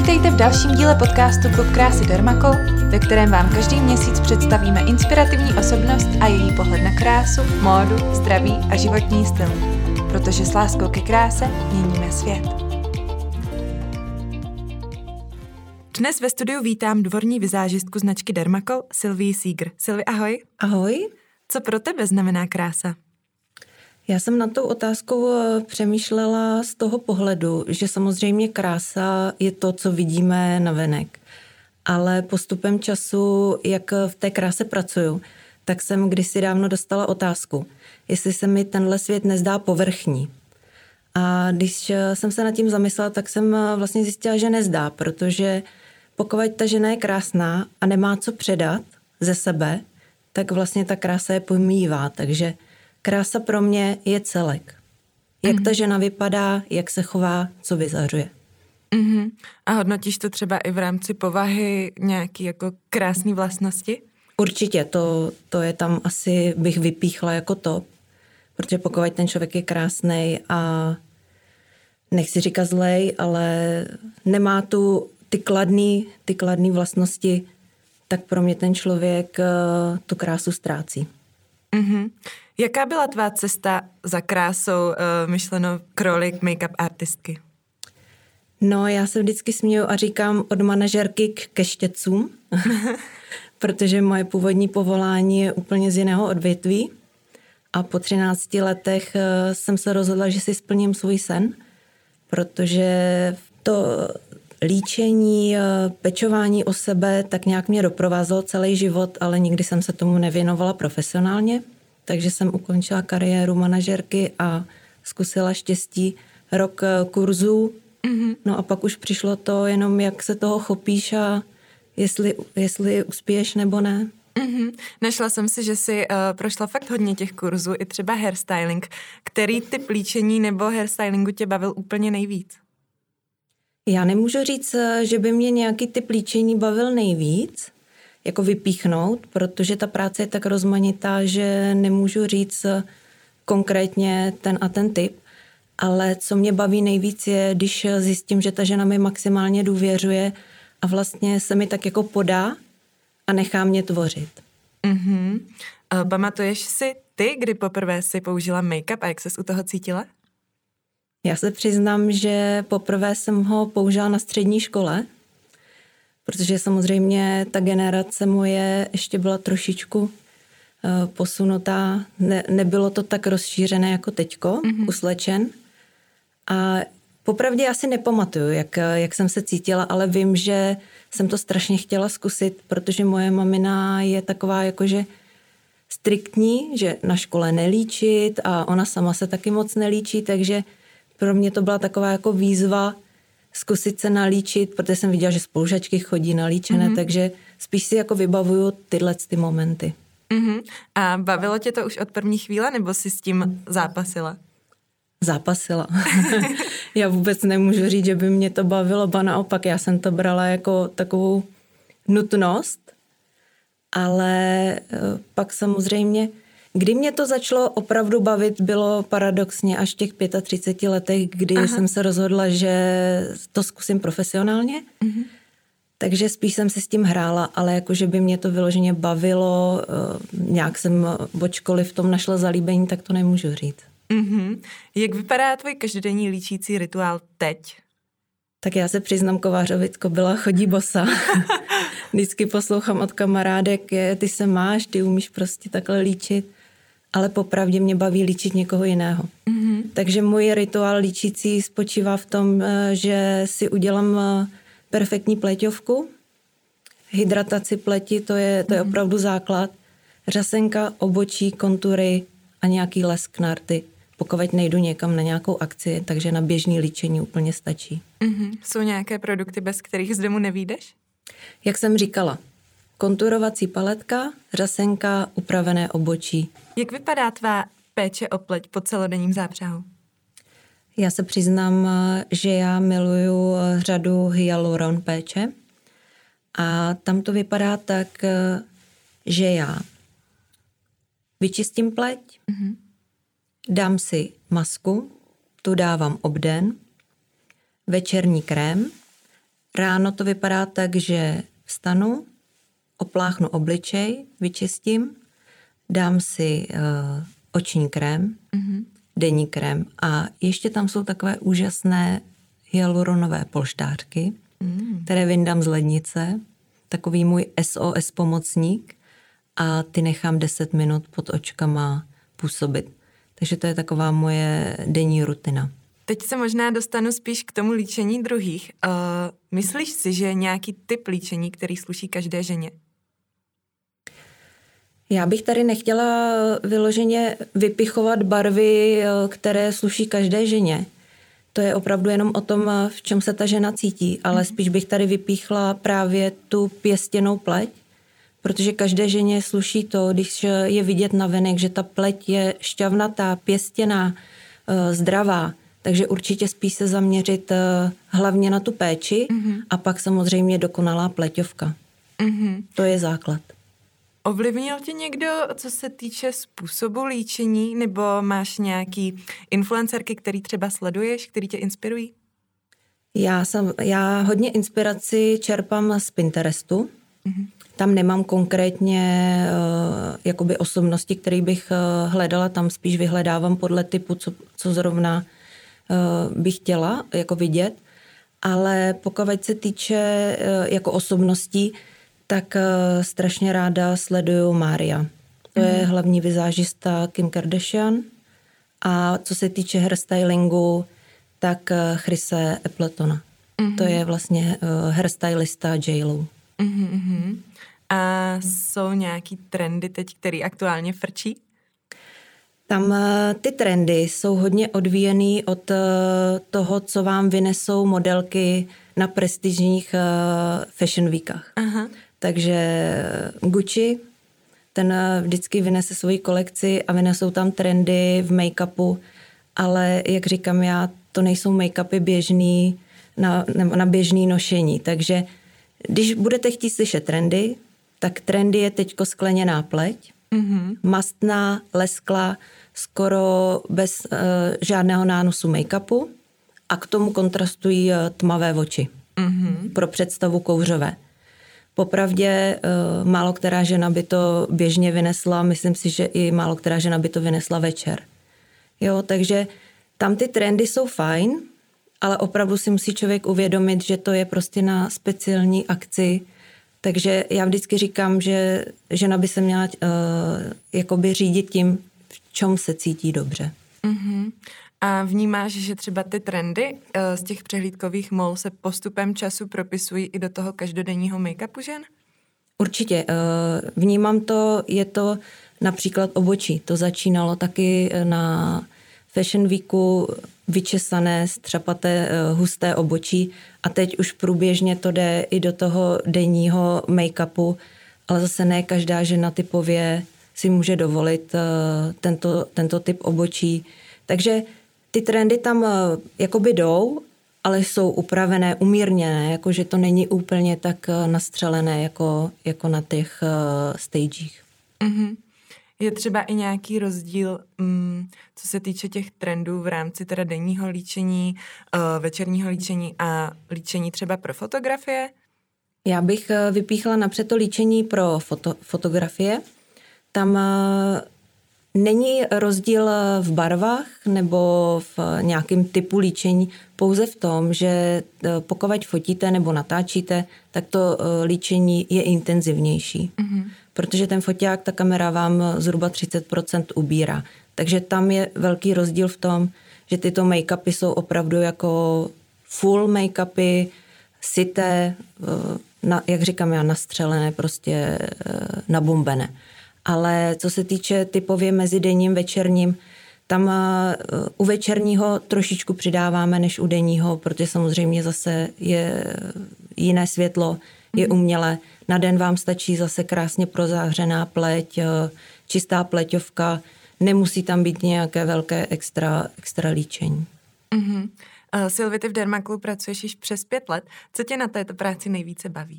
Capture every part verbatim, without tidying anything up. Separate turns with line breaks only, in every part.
Vítejte v dalším díle podcastu Klub krásy Dermakol, ve kterém vám každý měsíc představíme inspirativní osobnost a její pohled na krásu, módu, zdraví a životní styl. Protože s láskou ke kráse měníme svět. Dnes ve studiu vítám dvorní vizážistku značky Dermakol Sylvii Seeger. Sylvie, ahoj.
Ahoj.
Co pro tebe znamená krása?
Já jsem nad tou otázkou přemýšlela z toho pohledu, že samozřejmě krása je to, co vidíme navenek. Ale postupem času, jak v té kráse pracuju, tak jsem kdysi dávno dostala otázku, jestli se mi tenhle svět nezdá povrchní. A když jsem se nad tím zamyslela, tak jsem vlastně zjistila, že nezdá, protože pokud ta žena je krásná a nemá co předat ze sebe, tak vlastně ta krása je pomývá, takže krása pro mě je celek. Jak mm-hmm. ta žena vypadá, jak se chová, co vyzařuje.
Mm-hmm. A hodnotíš to třeba i v rámci povahy nějaký jako krásný vlastnosti?
Určitě, to, to je tam asi bych vypíchla jako top, protože pokud ten člověk je krásnej a nechci říkat zlej, ale nemá tu ty kladný, ty kladný vlastnosti, tak pro mě ten člověk tu krásu ztrácí.
Mm-hmm. Jaká byla tvá cesta za krásou, uh, myšleno krolik make-up artistky?
No, já se vždycky směju a říkám od manažerky k keštěcům, protože moje původní povolání je úplně z jiného odvětví a po třinácti letech uh, jsem se rozhodla, že si splním svůj sen, protože to líčení, uh, pečování o sebe tak nějak mě doprovázelo celý život, ale nikdy jsem se tomu nevěnovala profesionálně. Takže jsem ukončila kariéru manažerky a zkusila štěstí rok kurzů. Mm-hmm. No a pak už přišlo to jenom, jak se toho chopíš a jestli, jestli uspěješ nebo ne.
Mm-hmm. Našla jsem si, že jsi uh, prošla fakt hodně těch kurzů, i třeba hairstyling. Který typ líčení nebo hairstylingu tě bavil úplně nejvíc?
Já nemůžu říct, že by mě nějaký typ líčení bavil nejvíc, jako vypíchnout, protože ta práce je tak rozmanitá, že nemůžu říct konkrétně ten a ten typ, ale co mě baví nejvíc je, když zjistím, že ta žena mi maximálně důvěřuje a vlastně se mi tak jako podá a nechá mě tvořit.
Mm-hmm. Uh, pamatuješ si ty, kdy poprvé si použila make-up a jak ses u toho cítila?
Já se přiznám, že poprvé jsem ho použila na střední škole, protože samozřejmě ta generace moje ještě byla trošičku uh, posunutá. Ne, nebylo to tak rozšířené jako teďko, mm-hmm. uslečen. A popravdě já si nepamatuju, jak, jak jsem se cítila, ale vím, že jsem to strašně chtěla zkusit, protože moje mamina je taková jakože striktní, že na škole nelíčit a ona sama se taky moc nelíčí, takže pro mě to byla taková jako výzva zkusit se nalíčit, protože jsem viděla, že spolužačky chodí nalíčené, mm-hmm. takže spíš si jako vybavuju tyhle ty momenty.
Mm-hmm. A bavilo tě to už od první chvíle, nebo jsi s tím zápasila?
Zápasila. Já vůbec nemůžu říct, že by mě to bavilo, ba naopak, já jsem to brala jako takovou nutnost, ale pak samozřejmě, kdy mě to začalo opravdu bavit, bylo paradoxně až v těch třiceti pěti letech, kdy Aha. jsem se rozhodla, že to zkusím profesionálně. Mm-hmm. Takže spíš jsem se s tím hrála, ale jakože by mě to vyloženě bavilo, nějak jsem od školy v tom našla zalíbení, tak to nemůžu říct.
Mm-hmm. Jak vypadá tvůj každodenní líčící rituál teď?
Tak já se přiznám, kovářovicko byla chodí bosa. Vždycky poslouchám od kamarádek, je, ty se máš, ty umíš prostě takhle líčit. Ale popravdě mě baví líčit někoho jiného. Mm-hmm. Takže můj rituál líčící spočívá v tom, že si udělám perfektní pleťovku, hydrataci pleti, to je, to je mm-hmm. opravdu základ, řasenka, obočí, kontury a nějaký lesk na rty. Pokud nejdu někam na nějakou akci, takže na běžný líčení úplně stačí.
Mm-hmm. Jsou nějaké produkty, bez kterých z domu nevyjdeš?
Jak jsem říkala, konturovací paletka, řasenka, upravené obočí.
Jak vypadá tvá péče o pleť po celodenním zápřehu?
Já se přiznám, že já miluju řadu hyaluron péče a tam to vypadá tak, že já vyčistím pleť, mm-hmm. dám si masku, tu dávám obden, večerní krém, Ráno to vypadá tak, že vstanu, opláchnu obličej, vyčistím, dám si uh, oční krém, mm-hmm. denní krém a ještě tam jsou takové úžasné hyaluronové polštářky, mm. které vyndám z lednice, takový můj S O S pomocník a ty nechám deset minut pod očkama působit. Takže to je taková moje denní rutina.
Teď se možná dostanu spíš k tomu líčení druhých. Uh, myslíš si, že je nějaký typ líčení, který sluší každé ženě?
Já bych tady nechtěla vyloženě vypichovat barvy, které sluší každé ženě. To je opravdu jenom o tom, v čem se ta žena cítí, ale spíš bych tady vypíchla právě tu pěstěnou pleť, protože každé ženě sluší to, když je vidět navenek, že ta pleť je šťavnatá, pěstěná, zdravá, takže určitě spíš se zaměřit hlavně na tu péči mm-hmm. a pak samozřejmě dokonalá pleťovka. Mm-hmm. To je základ.
Ovlivnil tě někdo, co se týče způsobu líčení, nebo máš nějaký influencerky, který třeba sleduješ, který tě inspirují?
Já, jsem, já hodně inspiraci čerpám z Pinterestu. Mm-hmm. Tam nemám konkrétně uh, jakoby osobnosti, který bych uh, hledala, tam spíš vyhledávám podle typu, co, co zrovna uh, bych chtěla jako vidět. Ale pokud se týče uh, jako osobností, tak uh, strašně ráda sleduju Mária. To mm. je hlavní vizážista Kim Kardashian. A co se týče hairstylingu, tak uh, Chrise Appletona. Mm. To je vlastně uh, hairstylista J-Lo.
Mm-hmm. A jsou nějaký trendy teď, který aktuálně frčí?
Tam uh, ty trendy jsou hodně odvíjený od uh, toho, co vám vynesou modelky na prestižních uh, fashion weekách. Aha. Takže Gucci, ten vždycky vynese svoji kolekci a vynesou tam trendy v make-upu, ale jak říkám já, to nejsou make-upy běžný na, na běžný nošení. Takže když budete chtít slyšet trendy, tak trendy je teďko skleněná pleť, mm-hmm. mastná, lesklá, skoro bez uh, žádného nánosu make-upu a k tomu kontrastují uh, tmavé oči. Mm-hmm. Pro představu kouřové. Popravdě uh, málo která žena by to běžně vynesla, myslím si, že i málo která žena by to vynesla večer. Jo, takže tam ty trendy jsou fajn, ale opravdu si musí člověk uvědomit, že to je prostě na speciální akci. Takže já vždycky říkám, že žena by se měla uh, jakoby řídit tím, v čem se cítí dobře.
Mm-hmm. A vnímáš, že třeba ty trendy uh, z těch přehlídkových mol se postupem času propisují i do toho každodenního make-upu žen?
Určitě. Uh, vnímám to, je to například obočí. To začínalo taky na Fashion Weeku, vyčesané, střapaté, uh, husté obočí a teď už průběžně to jde i do toho denního make-upu, ale zase ne každá žena typově si může dovolit uh, tento, tento typ obočí. Takže ty trendy tam uh, jakoby jdou, ale jsou upravené, umírněné, jakože to není úplně tak uh, nastřelené jako, jako na těch uh, stagech.
Mm-hmm. Je třeba i nějaký rozdíl, um, co se týče těch trendů v rámci teda denního líčení, uh, večerního líčení a líčení třeba pro fotografie?
Já bych uh, vypíchla napřed to líčení pro foto, fotografie. Tam uh, není rozdíl v barvách nebo v nějakém typu líčení, pouze v tom, že pokud fotíte nebo natáčíte, tak to líčení je intenzivnější. Mm-hmm. Protože ten foťák, ta kamera vám zhruba třicet procent ubírá. Takže tam je velký rozdíl v tom, že tyto make-upy jsou opravdu jako full make-upy, syté, na, jak říkám já, nastřelené, prostě nabombené. Ale co se týče typově mezi denním, večerním, tam u večerního trošičku přidáváme než u denního, protože samozřejmě zase je jiné světlo, je umělé. Na den vám stačí zase krásně prozářená pleť, čistá pleťovka, nemusí tam být nějaké velké extra, extra líčení.
Mm-hmm. Uh, Sylvie, ty v Dermaclu pracuješ již přes pět let. Co tě na této práci nejvíce baví?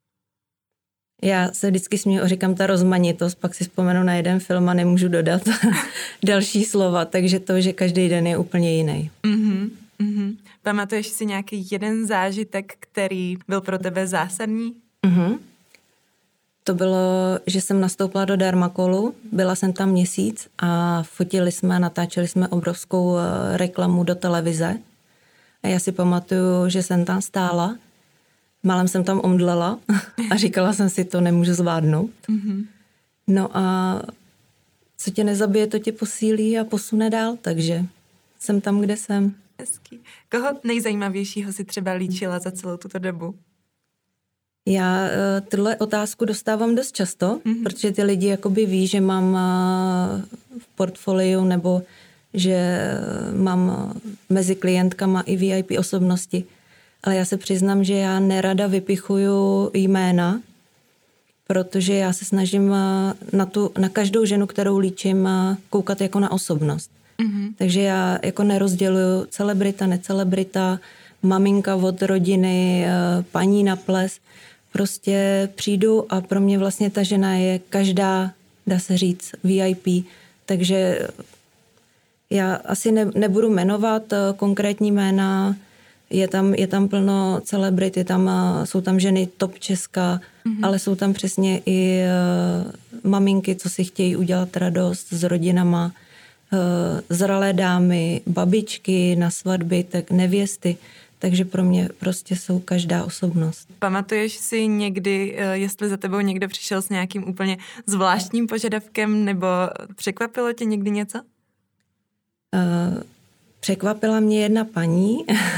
Já se vždycky směju, říkám ta rozmanitost, pak si vzpomenu na jeden film a nemůžu dodat další slova, takže to, že každý den je úplně jiný.
Mm-hmm, Mm-hmm. Pamatuješ si nějaký jeden zážitek, který byl pro tebe zásadní?
Mm-hmm. To bylo, že jsem nastoupila do Dermakolu, byla jsem tam měsíc a fotili jsme, natáčeli jsme obrovskou reklamu do televize. A já si pamatuju, že jsem tam stála, málem jsem tam omdlela a říkala jsem si, to nemůžu zvládnout. Mm-hmm. No a co tě nezabije, to tě posílí a posune dál, takže jsem tam, kde jsem.
Hezký. Koho nejzajímavějšího si třeba líčila za celou tuto dobu?
Já tuhle otázku dostávám dost často, mm-hmm. protože ty lidi jakoby ví, že mám v portfoliu nebo že mám mezi klientkama i V I P osobnosti. Ale já se přiznám, že já nerada vypichuju jména, protože já se snažím na, tu, na každou ženu, kterou líčím, koukat jako na osobnost. Mm-hmm. Takže já jako nerozděluju celebrita, necelebrita, maminka od rodiny, paní na ples. Prostě přijdu a pro mě vlastně ta žena je každá, dá se říct, V I P. Takže já asi ne, nebudu jmenovat konkrétní jména, je tam, je tam plno celebrit, je tam, jsou tam ženy top Česka, mm-hmm. ale jsou tam přesně i uh, maminky, co si chtějí udělat radost s rodinama, uh, zralé dámy, babičky na svatby, tak nevěsty. Takže pro mě prostě jsou každá osobnost.
Pamatuješ si někdy, jestli za tebou někdo přišel s nějakým úplně zvláštním požadavkem, nebo překvapilo tě někdy něco?
Uh, překvapila mě jedna paní,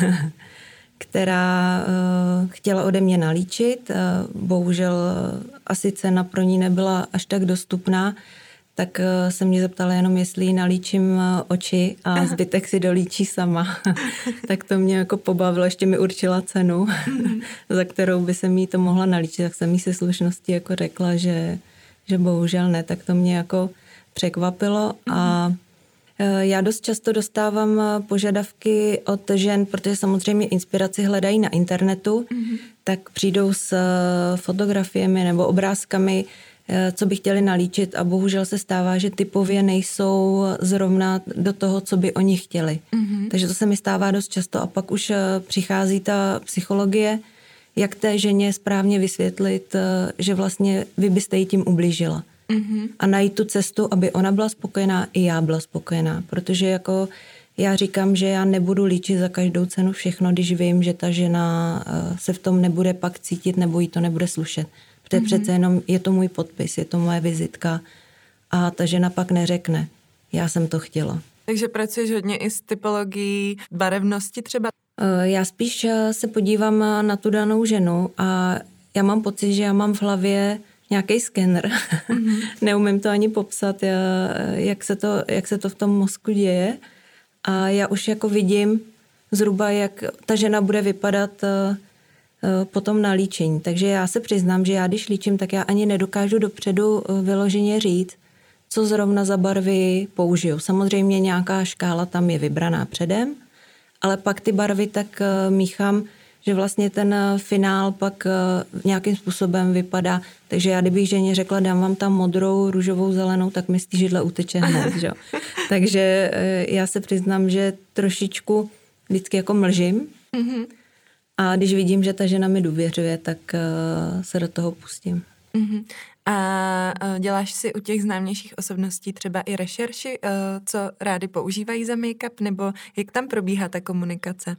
která uh, chtěla ode mě nalíčit. Uh, bohužel uh, asi cena pro ní nebyla až tak dostupná, tak uh, se mě zeptala jenom, jestli jí nalíčím uh, oči a zbytek si dolíčí sama. Tak to mě jako pobavilo, ještě mi určila cenu, za kterou by se mi to mohla nalíčit. Tak jsem jí se slušností jako řekla, že, že bohužel ne, tak to mě jako překvapilo a já dost často dostávám požadavky od žen, protože samozřejmě inspiraci hledají na internetu, mm-hmm. tak přijdou s fotografiemi nebo obrázkami, co by chtěli nalíčit a bohužel se stává, že typově nejsou zrovna do toho, co by oni chtěli. Mm-hmm. Takže to se mi stává dost často a pak už přichází ta psychologie, jak té ženě správně vysvětlit, že vlastně vy byste jí tím ublížila. Mm-hmm. A najít tu cestu, aby ona byla spokojená i já byla spokojená, protože jako já říkám, že já nebudu líčit za každou cenu všechno, když vím, že ta žena se v tom nebude pak cítit nebo jí to nebude slušet. Protože mm-hmm. přece jenom je to můj podpis, je to moje vizitka a ta žena pak neřekne, já jsem to chtěla.
Takže pracuješ hodně i s typologií barevnosti třeba?
Já spíš se podívám na tu danou ženu a já mám pocit, že já mám v hlavě nějaký skener. Mm-hmm. Neumím to ani popsat, jak se to, jak se to v tom mozku děje. A já už jako vidím zhruba, jak ta žena bude vypadat potom na líčení. Takže já se přiznám, že já když líčím, tak já ani nedokážu dopředu vyloženě říct, co zrovna za barvy použiju. Samozřejmě nějaká škála tam je vybraná předem, ale pak ty barvy tak míchám, že vlastně ten finál pak nějakým způsobem vypadá. Takže já kdybych ženě řekla, dám vám tam modrou, růžovou, zelenou, tak mi z té židle uteče hned. Že? Takže já se přiznám, že trošičku vždycky jako mlžím. Mm-hmm. A když vidím, že ta žena mi důvěřuje, tak se do toho pustím.
Mm-hmm. A děláš si u těch známějších osobností třeba i rešerši, co rády používají za make-up, nebo jak tam probíhá ta komunikace?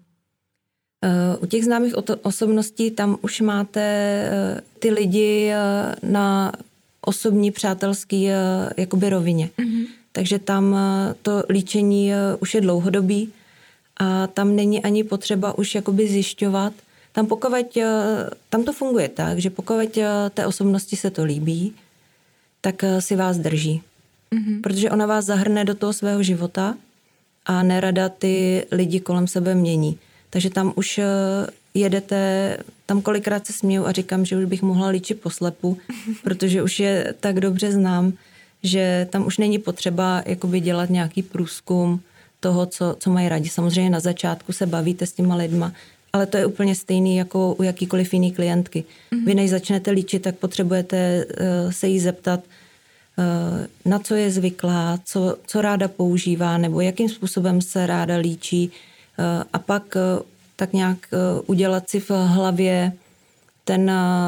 U těch známých osobností tam už máte ty lidi na osobní, přátelský jakoby rovině. Mm-hmm. Takže tam to líčení už je dlouhodobý a tam není ani potřeba už jakoby zjišťovat. Tam pokud, tam to funguje tak, že pokud té osobnosti se to líbí, tak si vás drží. Mm-hmm. Protože ona vás zahrne do toho svého života a nerada ty lidi kolem sebe mění. Takže tam už jedete, tam kolikrát se směju a říkám, že už bych mohla líčit poslepu, protože už je tak dobře znám, že tam už není potřeba jakoby dělat nějaký průzkum toho, co, co mají rádi. Samozřejmě na začátku se bavíte s těma lidma, ale to je úplně stejný jako u jakýkoliv jiný klientky. Vy než začnete líčit, tak potřebujete uh, se jí zeptat, uh, na co je zvyklá, co, co ráda používá, nebo jakým způsobem se ráda líčí, A pak tak nějak udělat si v hlavě ten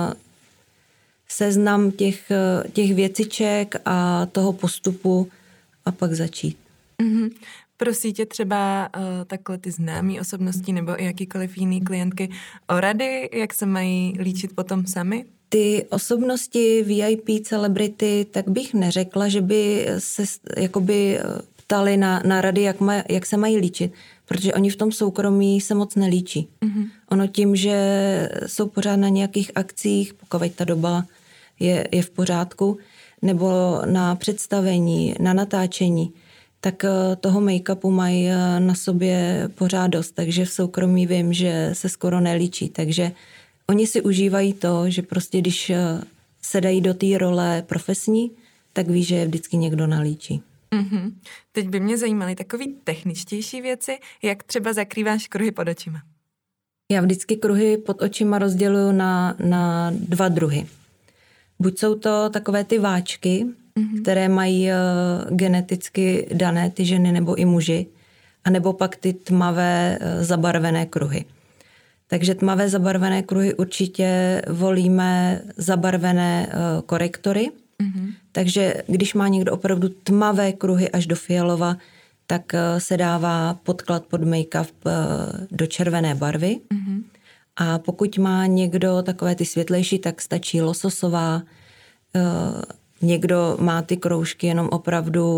seznam těch, těch věciček a toho postupu a pak začít.
Mm-hmm. Prosí tě třeba uh, takhle ty známý osobnosti nebo i jakýkoliv jiný klientky o rady, jak se mají líčit potom sami?
Ty osobnosti V I P celebrity, tak bych neřekla, že by se jakoby ptali na, na rady, jak, maj, jak se mají líčit, protože oni v tom soukromí se moc nelíčí. Mm-hmm. Ono tím, že jsou pořád na nějakých akcích, pokud ta doba je, je v pořádku, nebo na představení, na natáčení, tak toho make-upu mají na sobě pořád dost, takže v soukromí vím, že se skoro nelíčí, takže oni si užívají to, že prostě když se dají do té role profesní, tak ví, že je vždycky někdo nalíčí.
Mm-hmm. Teď by mě zajímaly takový techničtější věci, jak třeba zakrýváš kruhy pod očima.
Já vždycky kruhy pod očima rozděluju na, na dva druhy. Buď jsou to takové ty váčky, mm-hmm. které mají uh, geneticky dané ty ženy nebo i muži, anebo pak ty tmavé uh, zabarvené kruhy. Takže tmavé zabarvené kruhy určitě volíme zabarvené uh, korektory. Mm-hmm. Takže když má někdo opravdu tmavé kruhy až do fialova, tak uh, se dává podklad pod make-up uh, do červené barvy. Mm-hmm. A pokud má někdo takové ty světlejší, tak stačí lososová. Uh, někdo má ty kroužky jenom opravdu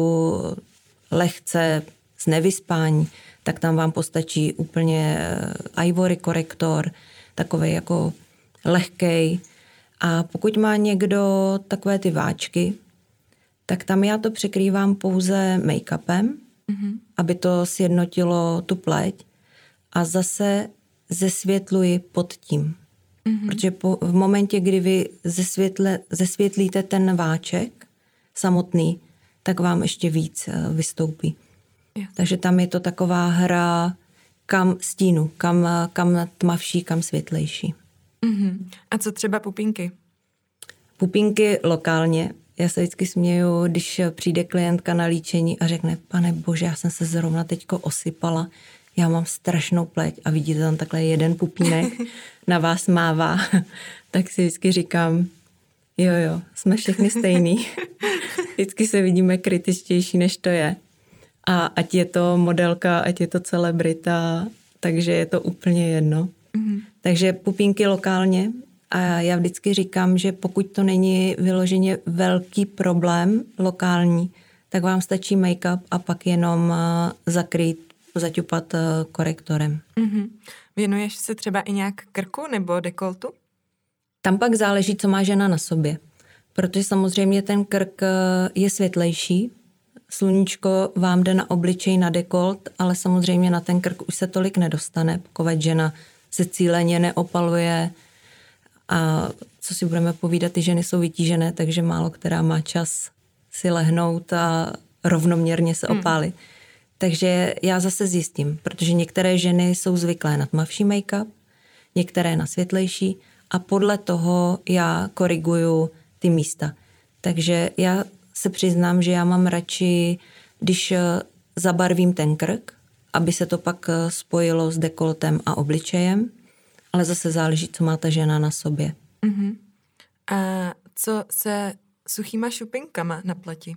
lehce z nevyspání, tak tam vám postačí úplně ivory korektor, takovej jako lehkej. A pokud má někdo takové ty váčky, tak tam já to překrývám pouze make-upem, mm-hmm. aby to sjednotilo tu pleť a zase zesvětluji pod tím. Mm-hmm. Protože po, v momentě, kdy vy zesvětle, zesvětlíte ten váček samotný, tak vám ještě víc vystoupí. Yeah. Takže tam je to taková hra kam stínu, kam, kam tmavší, kam světlejší.
Mm-hmm. A co třeba pupínky?
Pupínky lokálně. Já se vždycky směju, když přijde klientka na líčení a řekne, pane bože, já jsem se zrovna teďko osypala, já mám strašnou pleť a vidíte tam takhle jeden pupínek, na vás mává, tak si vždycky říkám, jo, jo, jsme všechny stejný. Vždycky se vidíme kritičtější, než to je. A ať je to modelka, ať je to celebrita, takže je to úplně jedno. Mm-hmm. Takže pupínky lokálně a já vždycky říkám, že pokud to není vyloženě velký problém lokální, tak vám stačí make-up a pak jenom zakrýt, zaťupat korektorem.
Mm-hmm. Věnuješ se třeba i nějak krku nebo dekoltu?
Tam pak záleží, co má žena na sobě. Protože samozřejmě ten krk je světlejší, sluníčko vám jde na obličej, na dekolt, ale samozřejmě na ten krk už se tolik nedostane, pokud žena se cíleně neopaluje a co si budeme povídat, ty ženy jsou vytížené, takže málo která má čas si lehnout a rovnoměrně se opálit. Hmm. Takže já zase zjistím, protože některé ženy jsou zvyklé na tmavší make-up, některé na světlejší a podle toho já koriguju ty místa. Takže já se přiznám, že já mám radši, když zabarvím ten krk, aby se to pak spojilo s dekoltem a obličejem, ale zase záleží, co má ta žena na sobě.
Uh-huh. A co se suchýma šupinkama na pleti?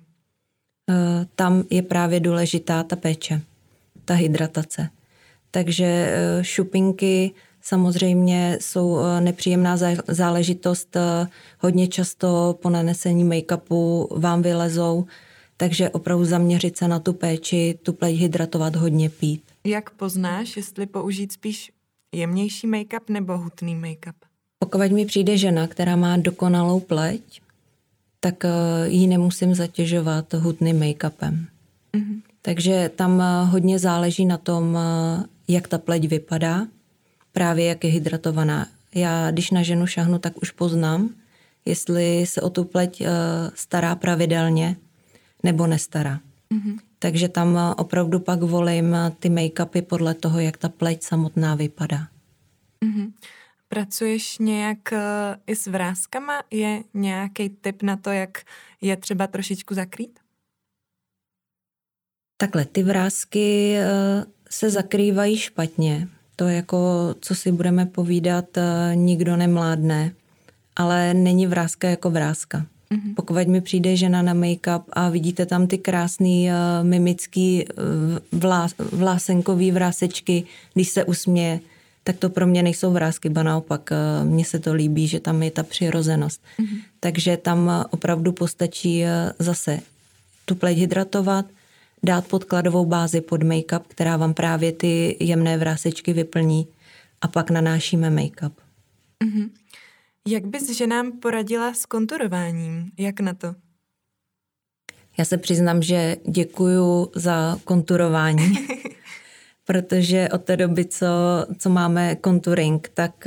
Tam je právě důležitá ta péče, ta hydratace. Takže šupinky samozřejmě jsou nepříjemná záležitost. Hodně často po nanesení make-upu vám vylezou, takže opravdu zaměřit se na tu péči, tu pleť hydratovat, hodně pít.
Jak poznáš, jestli použít spíš jemnější make-up nebo hutný make-up?
Pokud mi přijde žena, která má dokonalou pleť, tak ji nemusím zatěžovat hutným make-upem. Mm-hmm. Takže tam hodně záleží na tom, jak ta pleť vypadá, právě jak je hydratovaná. Já, když na ženu šahnu, tak už poznám, jestli se o tu pleť stará pravidelně nebo nestará. Mm-hmm. Takže tam opravdu pak volím ty make-upy podle toho, jak ta pleť samotná vypadá.
Mm-hmm. Pracuješ nějak uh, i s vrázkama? Je nějaký tip na to, jak je třeba trošičku zakrýt?
Takhle, ty vrásky uh, se zakrývají špatně. To jako, co si budeme povídat, nikdo nemládne, ale není vrázka jako vrázka. Mm-hmm. Pokud mi přijde žena na make-up a vidíte tam ty krásný uh, mimický uh, vlá, vlásenkový vrásečky, když se usměje, tak to pro mě nejsou vrásky, ba naopak, uh, mně se to líbí, že tam je ta přirozenost. Mm-hmm. Takže tam uh, opravdu postačí uh, zase tu pleť hydratovat, dát podkladovou bázi pod make-up, která vám právě ty jemné vrásečky vyplní a pak nanášíme make-up.
Mm-hmm. Jak bys ženám poradila s konturováním? Jak na to?
Já se přiznám, že děkuju za konturování, protože od té doby, co, co máme konturing, tak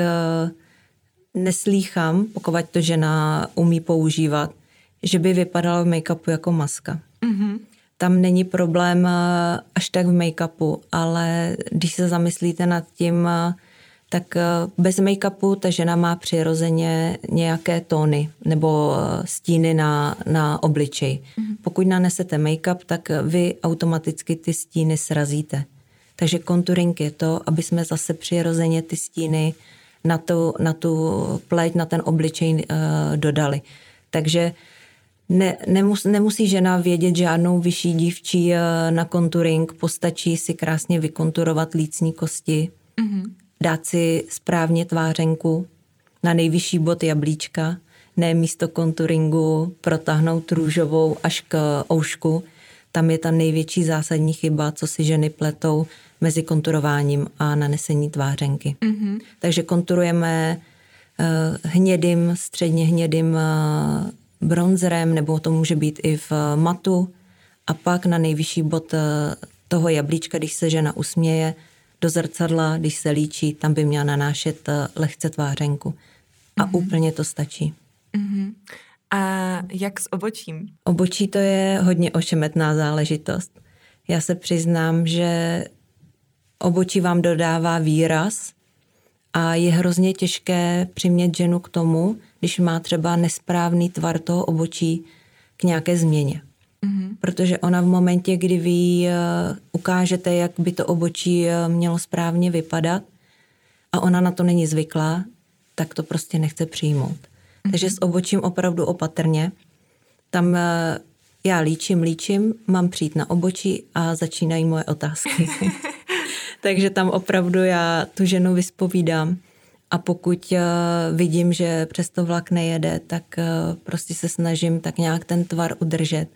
uh, neslýchám, pokud to žena umí používat, že by vypadala v make-upu jako maska. Mm-hmm. Tam není problém až tak v make-upu, ale když se zamyslíte nad tím, tak bez make-upu ta žena má přirozeně nějaké tóny nebo stíny na, na obličej. Mm-hmm. Pokud nanesete make-up, tak vy automaticky ty stíny srazíte. Takže konturing je to, aby jsme zase přirozeně ty stíny na tu, na tu pleť, na ten obličej uh, dodali. Takže Ne, nemus, nemusí žena vědět žádnou vyšší dívčí na konturing, postačí si krásně vykonturovat lícní kosti, mm-hmm. dát si správně tvářenku na nejvyšší bod jablíčka, ne místo konturingu protáhnout růžovou až k oušku. Tam je ta největší zásadní chyba, co si ženy pletou mezi konturováním a nanesení tvářenky. Mm-hmm. Takže konturujeme uh, hnědým, středně hnědým uh, bronzerem, nebo to může být i v matu a pak na nejvyšší bod toho jablíčka, když se žena usměje, do zrcadla, když se líčí, tam by měla nanášet lehce tvářenku. A mm-hmm. úplně to stačí.
Mm-hmm. A jak s obočím?
Obočí to je hodně ošemetná záležitost. Já se přiznám, že obočí vám dodává výraz a je hrozně těžké přimět ženu k tomu, když má třeba nesprávný tvar toho obočí, k nějaké změně. Mm-hmm. Protože ona v momentě, kdy vy ukážete, jak by to obočí mělo správně vypadat a ona na to není zvyklá, tak to prostě nechce přijmout. Mm-hmm. Takže s obočím opravdu opatrně. Tam já líčím, líčím, mám přijít na obočí a začínají moje otázky. Takže tam opravdu já tu ženu vyspovídám. A pokud uh, vidím, že přes to vlak nejede, tak uh, prostě se snažím tak nějak ten tvar udržet.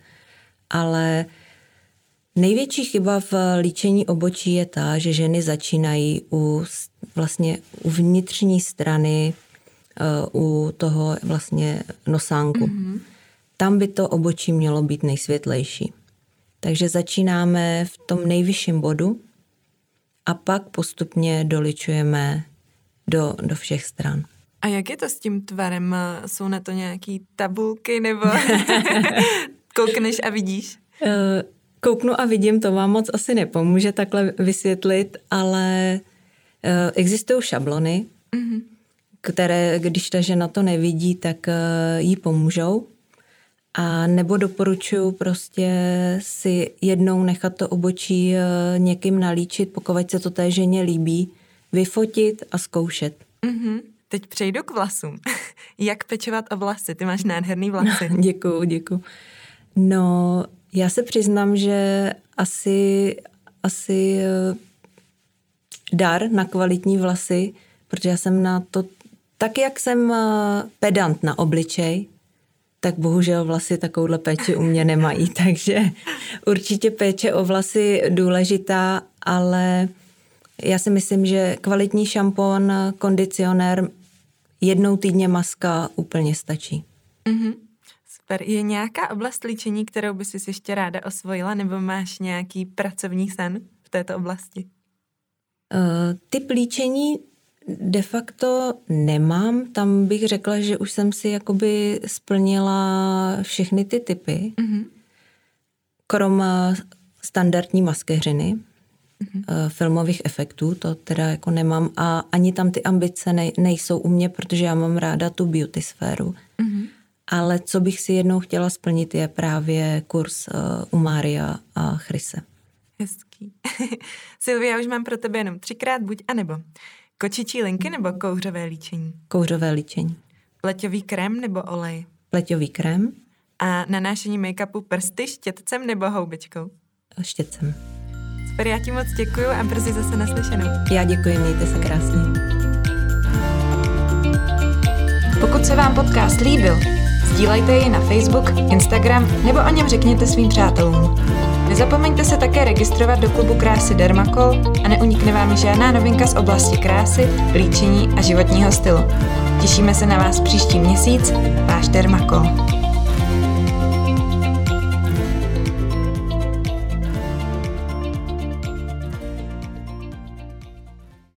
Ale největší chyba v líčení obočí je ta, že ženy začínají u, vlastně, u vnitřní strany, uh, u toho vlastně nosánku. Mm-hmm. Tam by to obočí mělo být nejsvětlejší. Takže začínáme v tom nejvyšším bodu a pak postupně doličujeme Do, do všech stran.
A jak je to s tím tvarem? Jsou na to nějaký tabulky nebo koukneš a vidíš?
Kouknu a vidím, to vám moc asi nepomůže takhle vysvětlit, ale existují šablony, mm-hmm. které, když ta žena to nevidí, tak jí pomůžou. A nebo doporučuji prostě si jednou nechat to obočí někým nalíčit, pokud se to té ženě líbí, vyfotit a zkoušet.
Mm-hmm. Teď přejdu k vlasům. Jak pečovat o vlasy? Ty máš nádherný vlasy.
Děkuju, děkuju. No, já se přiznám, že asi, asi dar na kvalitní vlasy, protože já jsem na to, tak jak jsem pedant na obličej, tak bohužel vlasy takovouhle péči u mě nemají. Takže určitě péče o vlasy důležitá, ale já si myslím, že kvalitní šampon, kondicionér, jednou týdně maska úplně stačí.
Mm-hmm. Super. Je nějaká oblast líčení, kterou by si ještě ráda osvojila, nebo máš nějaký pracovní sen v této oblasti?
Uh, typ líčení de facto nemám. Tam bych řekla, že už jsem si jakoby splnila všechny ty typy. Mm-hmm. Krom standardní maskeřiny, mm-hmm. filmových efektů, to teda jako nemám a ani tam ty ambice nej, nejsou u mě, protože já mám ráda tu beauty sféru. Mm-hmm. Ale co bych si jednou chtěla splnit je právě kurz uh, u Mária a Chryse.
Hezký. Silvia, já už mám pro tebe jenom třikrát buď a nebo. Kočičí linky nebo kouřové líčení?
Kouřové líčení.
Pleťový krém nebo olej?
Pleťový krém.
A nanášení make-upu prsty štětcem nebo houbičkou?
Štětcem.
Super, já ti moc děkuju a brzy zase naslyšenou.
Já děkuji, mějte se krásně.
Pokud se vám podcast líbil, sdílejte ji na Facebook, Instagram nebo o něm řekněte svým přátelům. Nezapomeňte se také registrovat do klubu krásy Dermacol a neunikne vám žádná novinka z oblasti krásy, líčení a životního stylu. Těšíme se na vás příští měsíc, váš Dermacol.